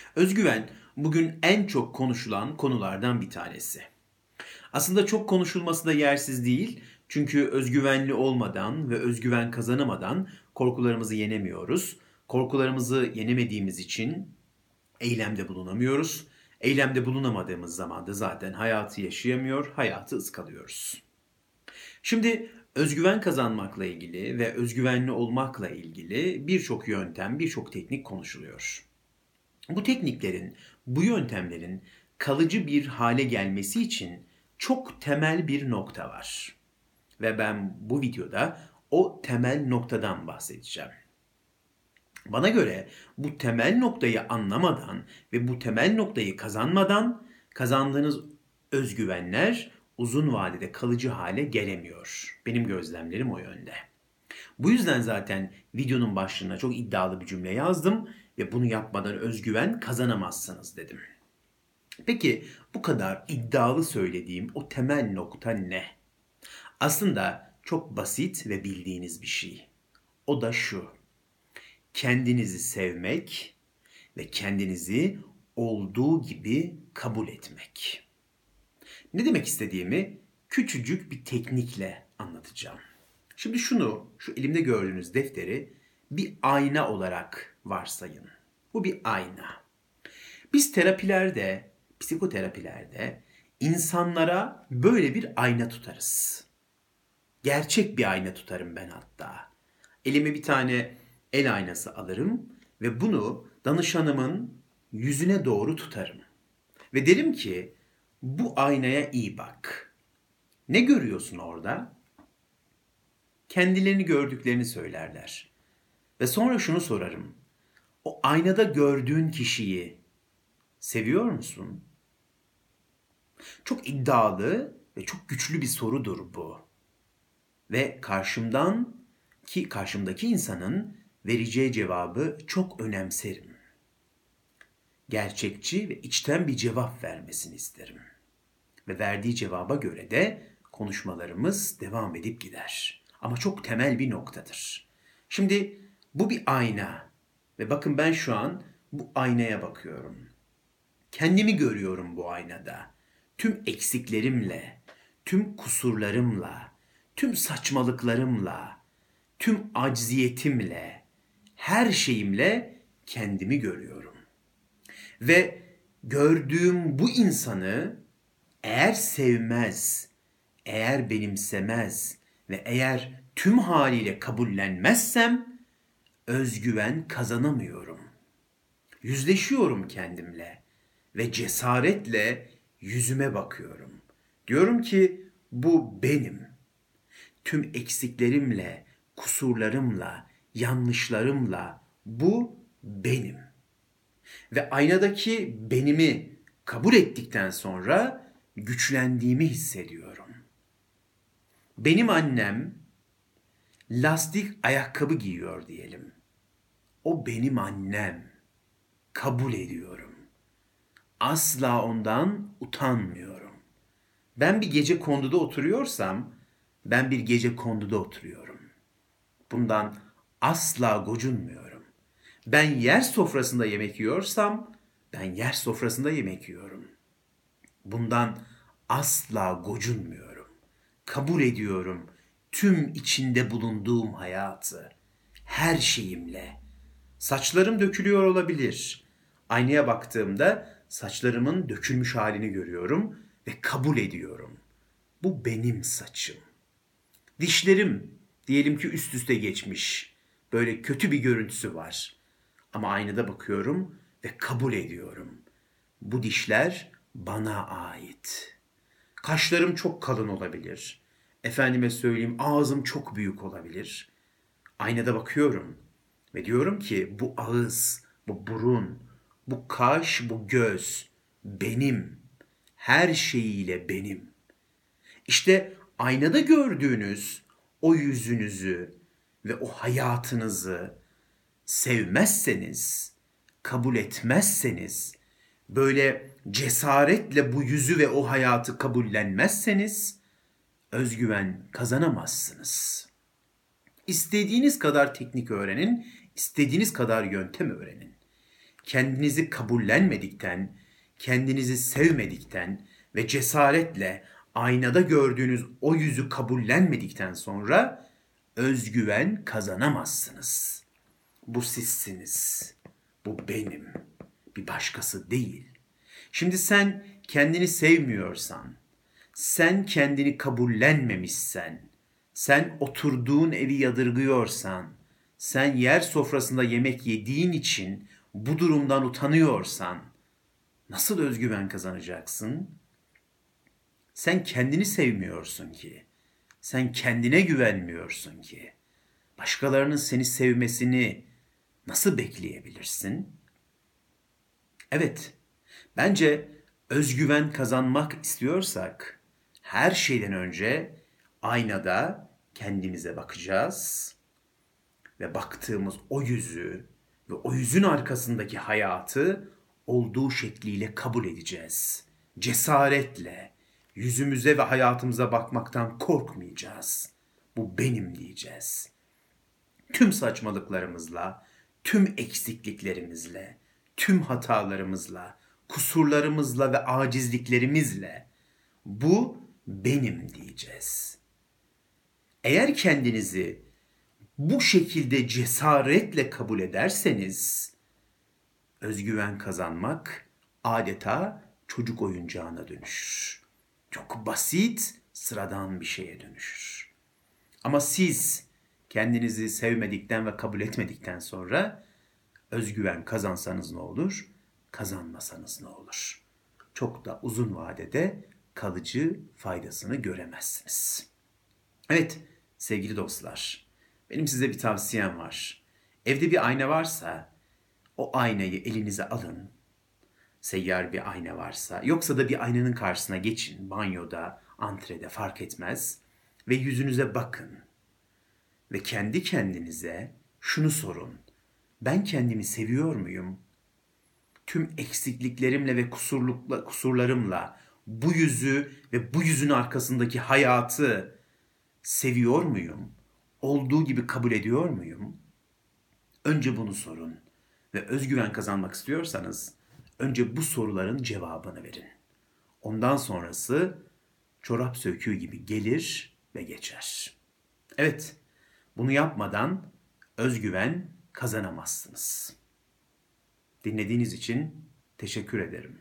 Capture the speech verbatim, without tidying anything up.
Özgüven bugün en çok konuşulan konulardan bir tanesi. Aslında çok konuşulması da yersiz değil. Çünkü özgüvenli olmadan ve özgüven kazanamadan korkularımızı yenemiyoruz. Korkularımızı yenemediğimiz için eylemde bulunamıyoruz. Eylemde bulunamadığımız zaman da zaten hayatı yaşayamıyor, hayatı ıskalıyoruz. Şimdi özgüven kazanmakla ilgili ve özgüvenli olmakla ilgili birçok yöntem, birçok teknik konuşuluyor. Bu tekniklerin, bu yöntemlerin kalıcı bir hale gelmesi için çok temel bir nokta var. Ve ben bu videoda o temel noktadan bahsedeceğim. Bana göre bu temel noktayı anlamadan ve bu temel noktayı kazanmadan kazandığınız özgüvenler uzun vadede kalıcı hale gelemiyor. Benim gözlemlerim o yönde. Bu yüzden zaten videonun başlığına çok iddialı bir cümle yazdım ve bunu yapmadan özgüven kazanamazsınız dedim. Peki bu kadar iddialı söylediğim o temel nokta ne? Aslında çok basit ve bildiğiniz bir şey. O da şu: kendinizi sevmek ve kendinizi olduğu gibi kabul etmek. Ne demek istediğimi küçücük bir teknikle anlatacağım. Şimdi şunu, şu elimde gördüğünüz defteri bir ayna olarak varsayın. Bu bir ayna. Biz terapilerde, psikoterapilerde insanlara böyle bir ayna tutarız. Gerçek bir ayna tutarım ben hatta. Elime bir tane el aynası alırım ve bunu danışanımın yüzüne doğru tutarım. Ve derim ki bu aynaya iyi bak. Ne görüyorsun orada? Kendilerini gördüklerini söylerler. Ve sonra şunu sorarım: o aynada gördüğün kişiyi seviyor musun? Çok iddialı ve çok güçlü bir sorudur bu. Ve karşımdan ki karşımdaki insanın vereceği cevabı çok önemserim. Gerçekçi ve içten bir cevap vermesini isterim. Ve verdiği cevaba göre de konuşmalarımız devam edip gider. Ama çok temel bir noktadır. Şimdi bu bir ayna ve bakın ben şu an bu aynaya bakıyorum. Kendimi görüyorum bu aynada. Tüm eksiklerimle, tüm kusurlarımla, tüm saçmalıklarımla, tüm acziyetimle, her şeyimle kendimi görüyorum. Ve gördüğüm bu insanı eğer sevmez, eğer benimsemez ve eğer tüm haliyle kabullenmezsem özgüven kazanamıyorum. Yüzleşiyorum kendimle ve cesaretle yüzüme bakıyorum. Diyorum ki bu benim. Tüm eksiklerimle, kusurlarımla, yanlışlarımla bu benim. Ve aynadaki benimi kabul ettikten sonra güçlendiğimi hissediyorum. Benim annem lastik ayakkabı giyiyor diyelim. O benim annem. Kabul ediyorum. Asla ondan utanmıyorum. Ben bir gece konduda oturuyorsam, ben bir gece konduda oturuyorum. Bundan asla gocunmuyorum. Ben yer sofrasında yemek yiyorsam, ben yer sofrasında yemek yiyorum. Bundan asla gocunmuyorum. Kabul ediyorum tüm içinde bulunduğum hayatı, her şeyimle. Saçlarım dökülüyor olabilir. Aynaya baktığımda saçlarımın dökülmüş halini görüyorum ve kabul ediyorum. Bu benim saçım. Dişlerim diyelim ki üst üste geçmiş. Böyle kötü bir görüntüsü var. Ama aynada bakıyorum ve kabul ediyorum. Bu dişler bana ait. Kaşlarım çok kalın olabilir. Efendime söyleyeyim ağzım çok büyük olabilir. Aynada bakıyorum ve diyorum ki bu ağız, bu burun, bu kaş, bu göz benim. Her şeyiyle benim. İşte aynada gördüğünüz o yüzünüzü ve o hayatınızı sevmezseniz, kabul etmezseniz, böyle cesaretle bu yüzü ve o hayatı kabullenmezseniz özgüven kazanamazsınız. İstediğiniz kadar teknik öğrenin, istediğiniz kadar yöntem öğrenin. kendinizi kabullenmedikten, kendinizi sevmedikten ve cesaretle aynada gördüğünüz o yüzü kabullenmedikten sonra özgüven kazanamazsınız. Bu sizsiniz. Bu benim. Bir başkası değil. Şimdi sen kendini sevmiyorsan, sen kendini kabullenmemişsen, sen oturduğun evi yadırgıyorsan, sen yer sofrasında yemek yediğin için bu durumdan utanıyorsan, nasıl özgüven kazanacaksın? Sen kendini sevmiyorsun ki. Sen kendine güvenmiyorsun ki. Başkalarının seni sevmesini nasıl bekleyebilirsin? Evet, bence özgüven kazanmak istiyorsak her şeyden önce aynada kendimize bakacağız ve baktığımız o yüzü ve o yüzün arkasındaki hayatı olduğu şekliyle kabul edeceğiz. Cesaretle yüzümüze ve hayatımıza bakmaktan korkmayacağız. Bu benim diyeceğiz. Tüm saçmalıklarımızla, tüm eksikliklerimizle, tüm hatalarımızla, kusurlarımızla ve acizliklerimizle bu benim diyeceğiz. Eğer kendinizi bu şekilde cesaretle kabul ederseniz özgüven kazanmak adeta çocuk oyuncağına dönüşür. Çok basit, sıradan bir şeye dönüşür. Ama siz kendinizi sevmedikten ve kabul etmedikten sonra özgüven kazansanız ne olur, kazanmasanız ne olur? Çok da uzun vadede kalıcı faydasını göremezsiniz. Evet sevgili dostlar, benim size bir tavsiyem var. Evde bir ayna varsa o aynayı elinize alın. Seyyar bir ayna varsa, yoksa da bir aynanın karşısına geçin. Banyoda, antrede fark etmez. Ve yüzünüze bakın. Ve kendi kendinize şunu sorun. Ben kendimi seviyor muyum? Tüm eksikliklerimle ve kusurlukla, kusurlarımla bu yüzü ve bu yüzün arkasındaki hayatı seviyor muyum? Olduğu gibi kabul ediyor muyum? Önce bunu sorun. Ve özgüven kazanmak istiyorsanız önce bu soruların cevabını verin. Ondan sonrası çorap söküğü gibi gelir ve geçer. Evet, bunu yapmadan özgüven kazanamazsınız. Dinlediğiniz için teşekkür ederim.